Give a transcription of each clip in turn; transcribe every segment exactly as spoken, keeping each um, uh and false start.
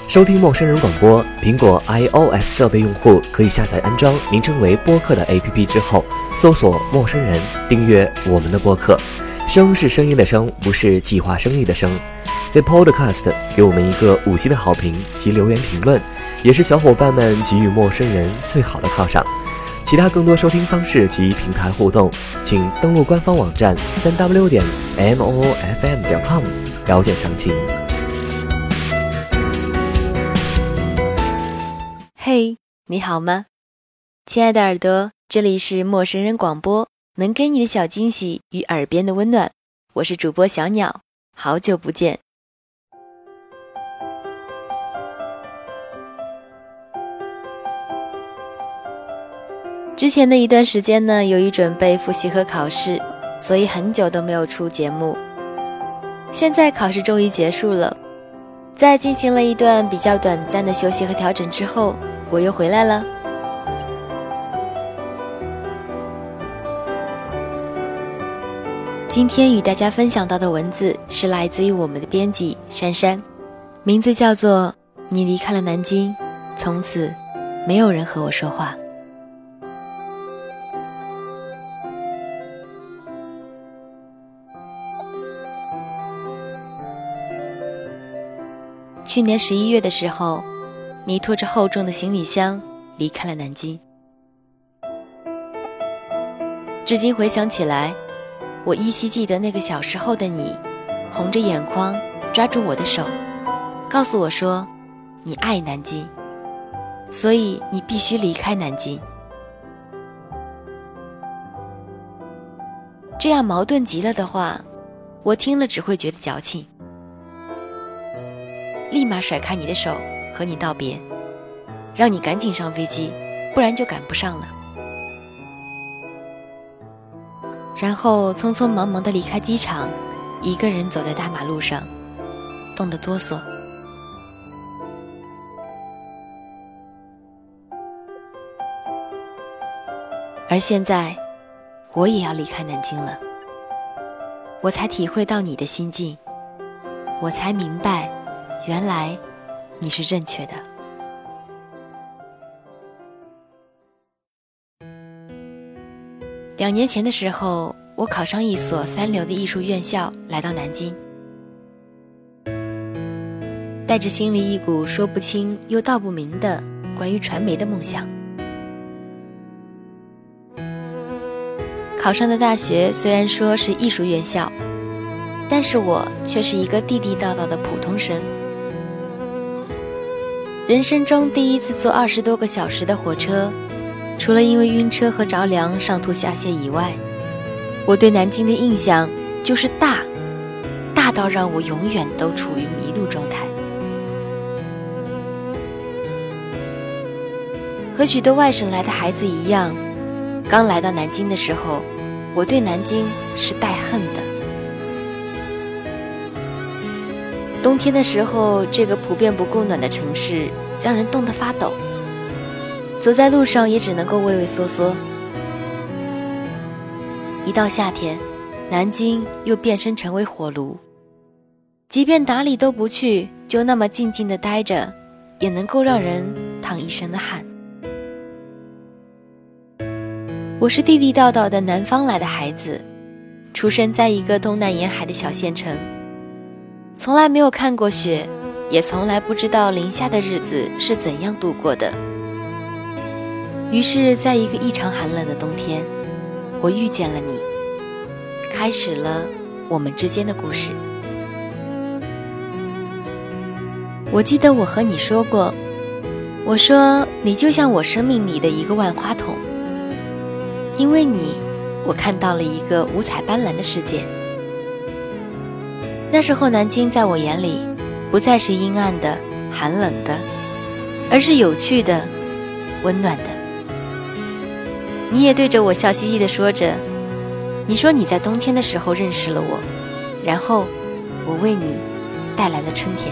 收听陌生人广播，苹果 iOS 设备用户可以下载安装名称为播客的 A P P 之后，搜索陌生人，订阅我们的播客。声是声音的声，不是计划生育的声。在 Podcast 给我们一个五星的好评及留言评论，也是小伙伴们给予陌生人最好的犒赏。其他更多收听方式及平台互动，请登录官方网站 三 w 点 m o o f m 点 com 了解详情。 嘿， hey, 你好吗？亲爱的耳朵，这里是陌生人广播，能给你的小惊喜与耳边的温暖，我是主播小鸟，好久不见。之前的一段时间呢，由于准备复习和考试，所以很久都没有出节目。现在考试终于结束了，在进行了一段比较短暂的休息和调整之后，我又回来了。今天与大家分享到的文字是来自于我们的编辑珊珊，名字叫做你离开了南京，从此没有人和我说话。去年十一月的时候，你拖着厚重的行李箱离开了南京。至今回想起来，我依稀记得那个小时候的你，红着眼眶抓住我的手，告诉我说你爱南京，所以你必须离开南京。这样矛盾极了的话，我听了只会觉得矫情，立马甩开你的手和你道别，让你赶紧上飞机，不然就赶不上了。然后匆匆忙忙地离开机场，一个人走在大马路上，冻得哆嗦。而现在我也要离开南京了，我才体会到你的心境，我才明白原来你是正确的。两年前的时候，我考上一所三流的艺术院校，来到南京，带着心里一股说不清又道不明的关于传媒的梦想。考上的大学虽然说是艺术院校，但是我却是一个地地道道的普通生。人生中第一次坐二十多个小时的火车，除了因为晕车和着凉上吐下泻以外，我对南京的印象就是大，大到让我永远都处于迷路状态。和许多外省来的孩子一样，刚来到南京的时候，我对南京是带恨的。冬天的时候，这个普遍不供暖的城市让人冻得发抖，走在路上也只能够畏畏缩缩。一到夏天，南京又变身成为火炉，即便哪里都不去，就那么静静地待着，也能够让人淌一身的汗。我是地地道道的南方来的孩子，出生在一个东南沿海的小县城，从来没有看过雪，也从来不知道零下的日子是怎样度过的。于是在一个异常寒冷的冬天，我遇见了你，开始了我们之间的故事。我记得我和你说过，我说你就像我生命里的一个万花筒，因为你，我看到了一个五彩斑斓的世界。那时候南京在我眼里不再是阴暗的、寒冷的，而是有趣的、温暖的。你也对着我笑嘻嘻地说着，你说你在冬天的时候认识了我，然后我为你带来了春天。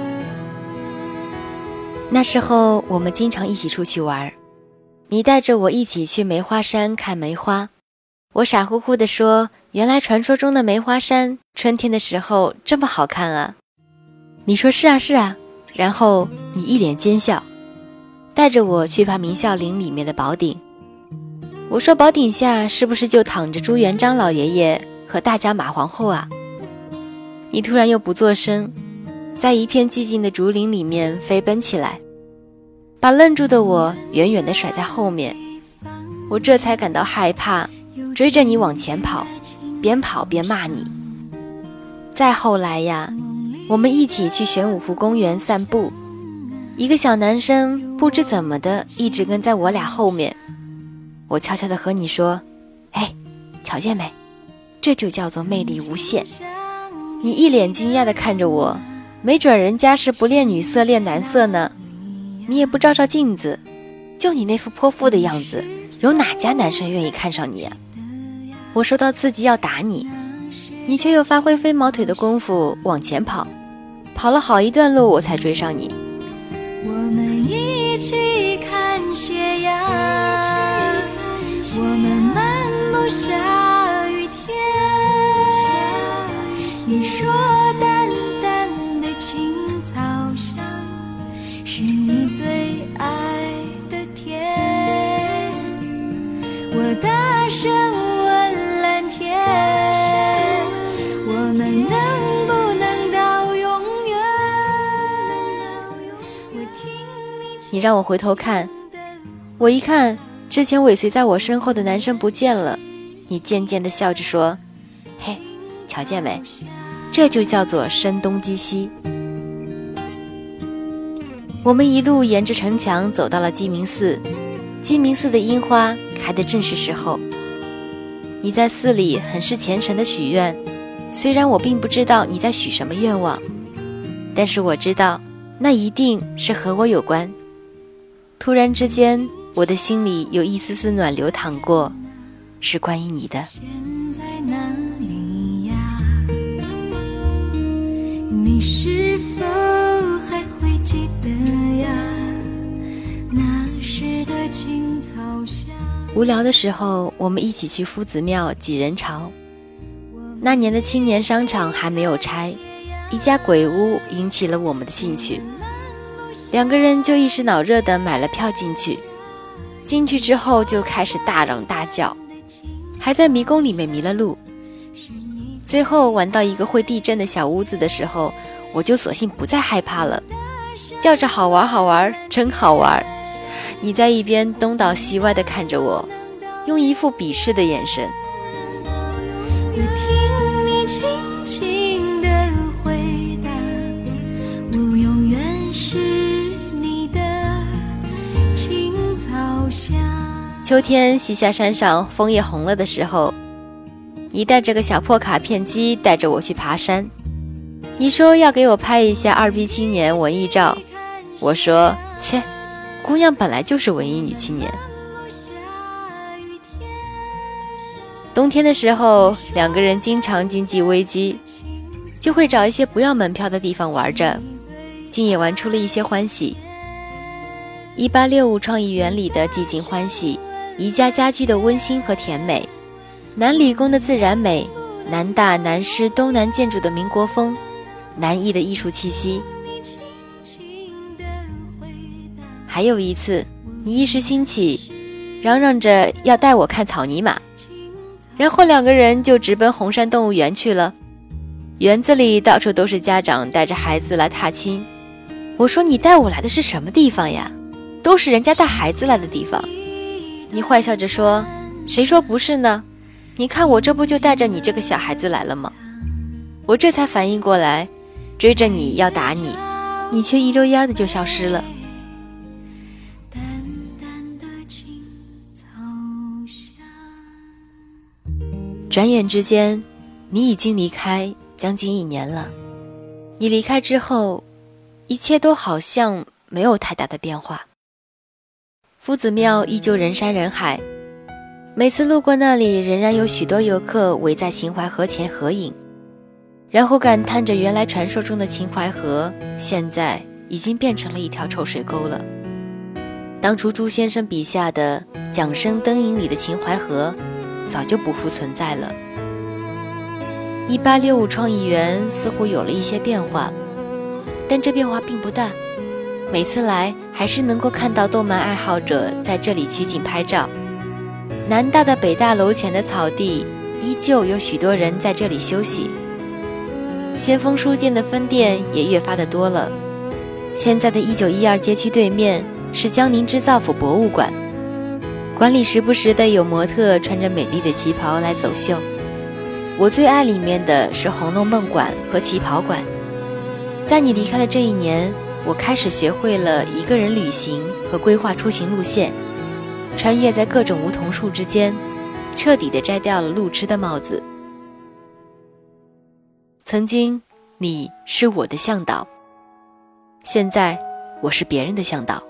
那时候我们经常一起出去玩，你带着我一起去梅花山看梅花，我傻乎乎地说，原来传说中的梅花山春天的时候这么好看啊。你说是啊是啊，然后你一脸奸笑，带着我去爬明孝陵里面的宝顶。我说宝顶下是不是就躺着朱元璋老爷爷和大甲马皇后啊？你突然又不作声，在一片寂静的竹林里面飞奔起来，把愣住的我远远地甩在后面。我这才感到害怕，追着你往前跑，边跑边骂你。再后来呀，我们一起去玄武湖公园散步，一个小男生不知怎么的一直跟在我俩后面。我悄悄地和你说，哎，瞧见没？这就叫做魅力无限。你一脸惊讶地看着我，没准人家是不练女色练男色呢。你也不照照镜子，就你那副泼妇的样子，有哪家男生愿意看上你啊？我受到刺激要打你，你却又发挥飞毛腿的功夫往前跑，跑了好一段路我才追上你。 我们一起看斜阳，我们漫步下雨天，你说淡淡的青草香是你最爱的甜，我大声问蓝天，我们能不能到永远？我听你让我回头看，我一看之前尾随在我身后的男生不见了。你渐渐地笑着说，嘿，瞧见没？这就叫做声东击西。我们一路沿着城墙走到了鸡鸣寺，鸡鸣寺的樱花开得正是时候。你在寺里很是虔诚地许愿，虽然我并不知道你在许什么愿望，但是我知道那一定是和我有关。突然之间，我的心里有一丝丝暖流淌过，是关于你的。 现在哪里呀？你是否还会记得呀？那时的青草下。 无聊的时候，我们一起去夫子庙挤人潮。那年的青年商场还没有拆，一家鬼屋引起了我们的兴趣，两个人就一时脑热地买了票进去。进去之后就开始大嚷大叫，还在迷宫里面迷了路。最后玩到一个会地震的小屋子的时候，我就索性不再害怕了，叫着好玩好玩，真好玩。你在一边东倒西歪地看着我，用一副鄙视的眼神。 我听你轻轻地回答，我永远是你的青草香。 秋天西夏山上枫叶红了的时候，你带着个小破卡片机带着我去爬山。你说要给我拍一下二逼青年文艺照，我说切，姑娘本来就是文艺女青年。冬天的时候，两个人经常经济危机，就会找一些不要门票的地方玩着，竟也玩出了一些欢喜。一八六五创意园里的寂静欢喜，宜家家居的温馨和甜美，南理工的自然美，南大南师东南建筑的民国风，南艺的艺术气息。还有一次，你一时兴起，嚷嚷着要带我看草泥马，然后两个人就直奔红山动物园去了。园子里到处都是家长带着孩子来踏青。我说你带我来的是什么地方呀？都是人家带孩子来的地方。你坏笑着说，谁说不是呢？你看我这不就带着你这个小孩子来了吗？我这才反应过来，追着你要打你，你却一溜烟的就消失了。转眼之间，你已经离开将近一年了。你离开之后，一切都好像没有太大的变化。夫子庙依旧人山人海，每次路过那里，仍然有许多游客围在秦淮河前合影，然后感叹着原来传说中的秦淮河，现在已经变成了一条臭水沟了。当初朱先生笔下的桨声灯影里的秦淮河，早就不复存在了。一八六五创意园似乎有了一些变化，但这变化并不大。 每次来还是能够看到动漫爱好者在这里取景拍照。南大的北大楼前的草地依旧有许多人在这里休息。先锋书店的分店也越发的多了。现在的一九一二街区对面是江宁织造府博物馆，馆里时不时的有模特穿着美丽的旗袍来走秀。我最爱里面的是红楼梦馆和旗袍馆。在你离开的这一年，我开始学会了一个人旅行和规划出行路线，穿越在各种梧桐树之间，彻底地摘掉了路痴的帽子。曾经你是我的向导，现在我是别人的向导。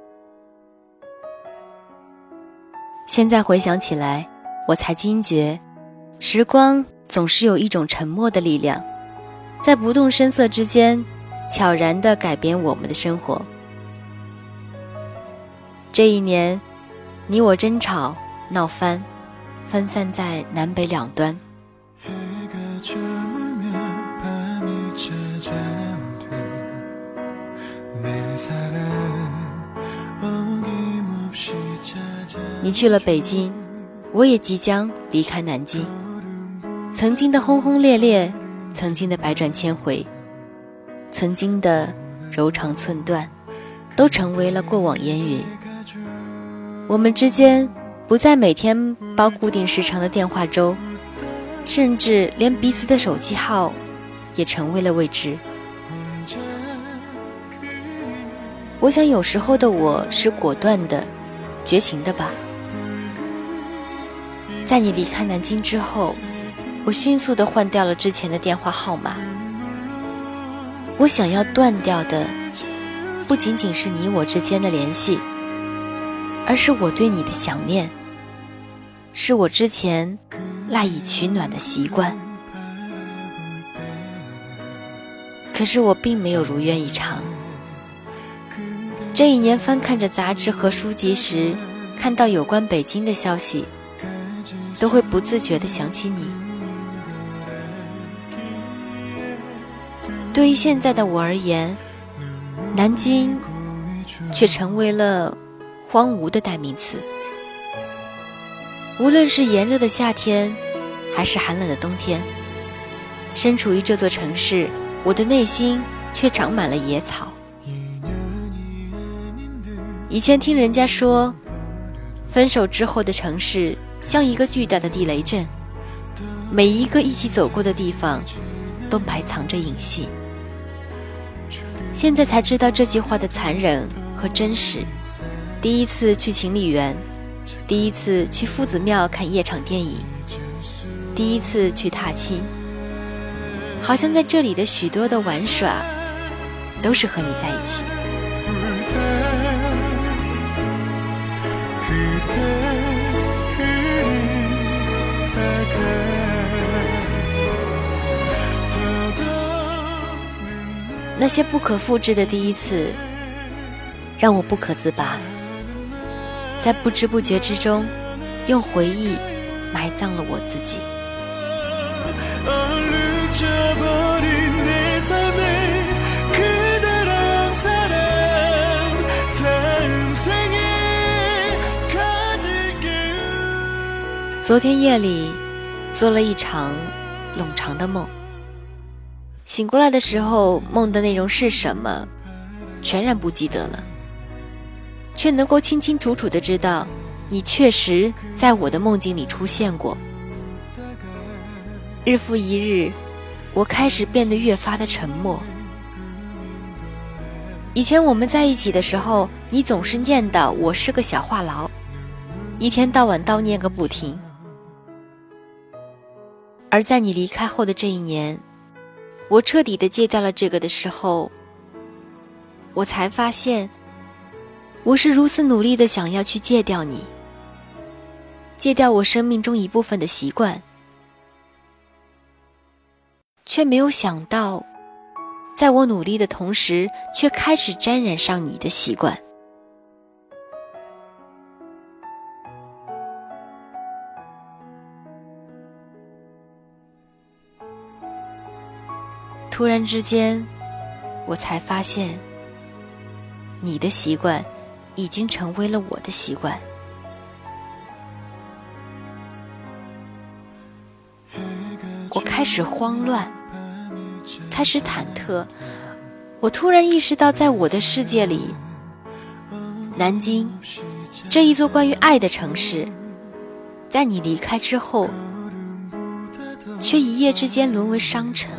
现在回想起来，我才惊觉，时光总是有一种沉默的力量，在不动声色之间悄然地改变我们的生活。这一年，你我争吵闹翻，分散在南北两端。你去了北京，我也即将离开南京。曾经的轰轰烈烈，曾经的百转千回，曾经的柔肠寸断，都成为了过往烟云。我们之间不再每天煲固定时长的电话粥，甚至连彼此的手机号也成为了未知。我想有时候的我是果断的、绝情的吧。在你离开南京之后，我迅速地换掉了之前的电话号码。我想要断掉的不仅仅是你我之间的联系，而是我对你的想念，是我之前赖以取暖的习惯。可是我并没有如愿以偿。这一年翻看着杂志和书籍时，看到有关北京的消息，都会不自觉地想起你。对于现在的我而言，南京却成为了荒芜的代名词。无论是炎热的夏天，还是寒冷的冬天，身处于这座城市，我的内心却长满了野草。以前听人家说，分手之后的城市像一个巨大的地雷阵，每一个一起走过的地方都埋藏着隐隙。现在才知道这句话的残忍和真实。第一次去情侣园，第一次去夫子庙看夜场电影，第一次去踏青，好像在这里的许多的玩耍都是和你在一起。那些不可复制的第一次，让我不可自拔，在不知不觉之中，用回忆埋葬了我自己。昨天夜里做了一场冗长的梦，醒过来的时候，梦的内容是什么全然不记得了，却能够清清楚楚地知道你确实在我的梦境里出现过。日复一日，我开始变得越发的沉默。以前我们在一起的时候，你总是念叨我是个小话痨，一天到晚叨念个不停。而在你离开后的这一年，我彻底的戒掉了这个的时候，我才发现，我是如此努力的想要去戒掉你，戒掉我生命中一部分的习惯，却没有想到，在我努力的同时，却开始沾染上你的习惯。突然之间，我才发现， 你的习惯已经成为了我的习惯。我开始慌乱，开始忐忑。我突然意识到，在我的世界里，南京这一座关于爱的城市，在你离开之后，却一夜之间沦为商城，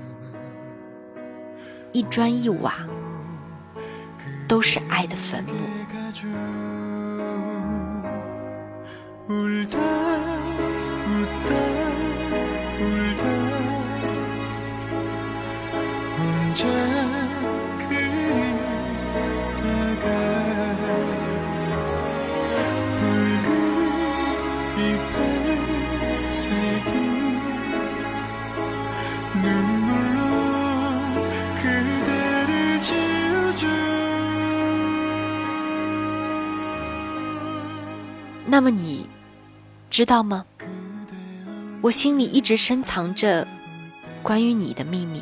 一砖一瓦都是爱的坟墓。那么你知道吗？我心里一直深藏着关于你的秘密。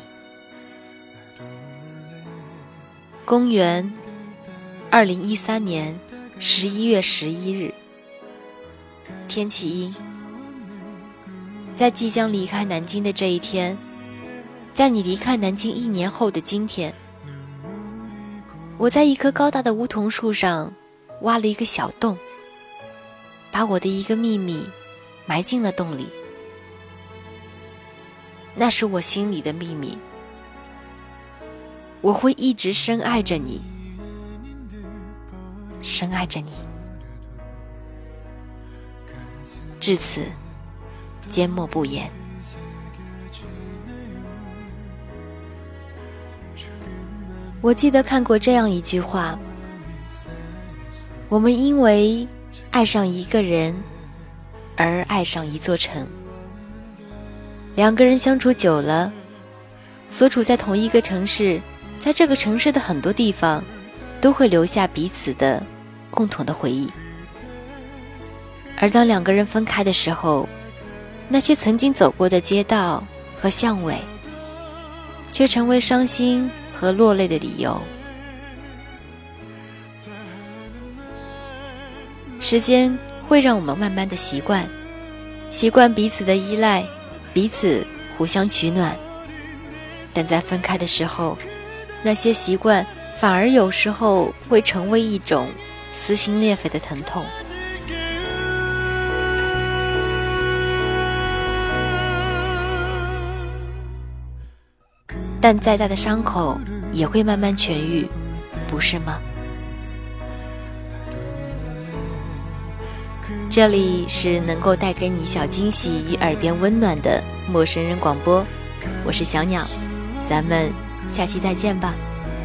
公元二零一三年十一月十一日，天气阴。在即将离开南京的这一天，在你离开南京一年后的今天，我在一棵高大的梧桐树上挖了一个小洞，把我的一个秘密埋进了洞里。那是我心里的秘密，我会一直深爱着你，深爱着你，至此缄默不言。我记得看过这样一句话，我们因为爱上一个人而爱上一座城。两个人相处久了，所处在同一个城市，在这个城市的很多地方都会留下彼此的共同的回忆。而当两个人分开的时候，那些曾经走过的街道和巷尾却成为伤心和落泪的理由。时间会让我们慢慢的习惯习惯彼此的依赖，彼此互相取暖，但在分开的时候，那些习惯反而有时候会成为一种撕心裂肺的疼痛。但再大的伤口也会慢慢痊愈，不是吗？这里是能够带给你小惊喜与耳边温暖的陌生人广播，我是小鸟，咱们下期再见吧。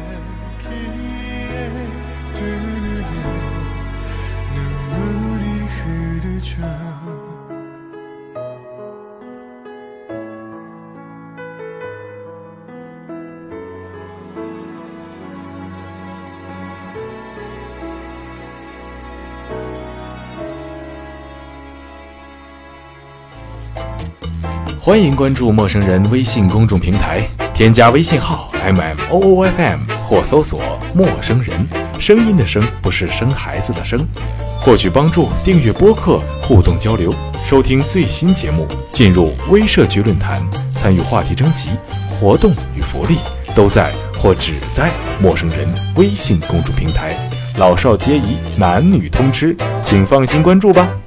欢迎关注陌生人微信公众平台，添加微信号 M M O O F M 或搜索陌生人，声音的声不是生孩子的生。获取帮助，订阅播客，互动交流，收听最新节目，进入微社区论坛，参与话题征集，活动与福利都在或只在陌生人微信公众平台，老少皆宜，男女通吃，请放心关注吧。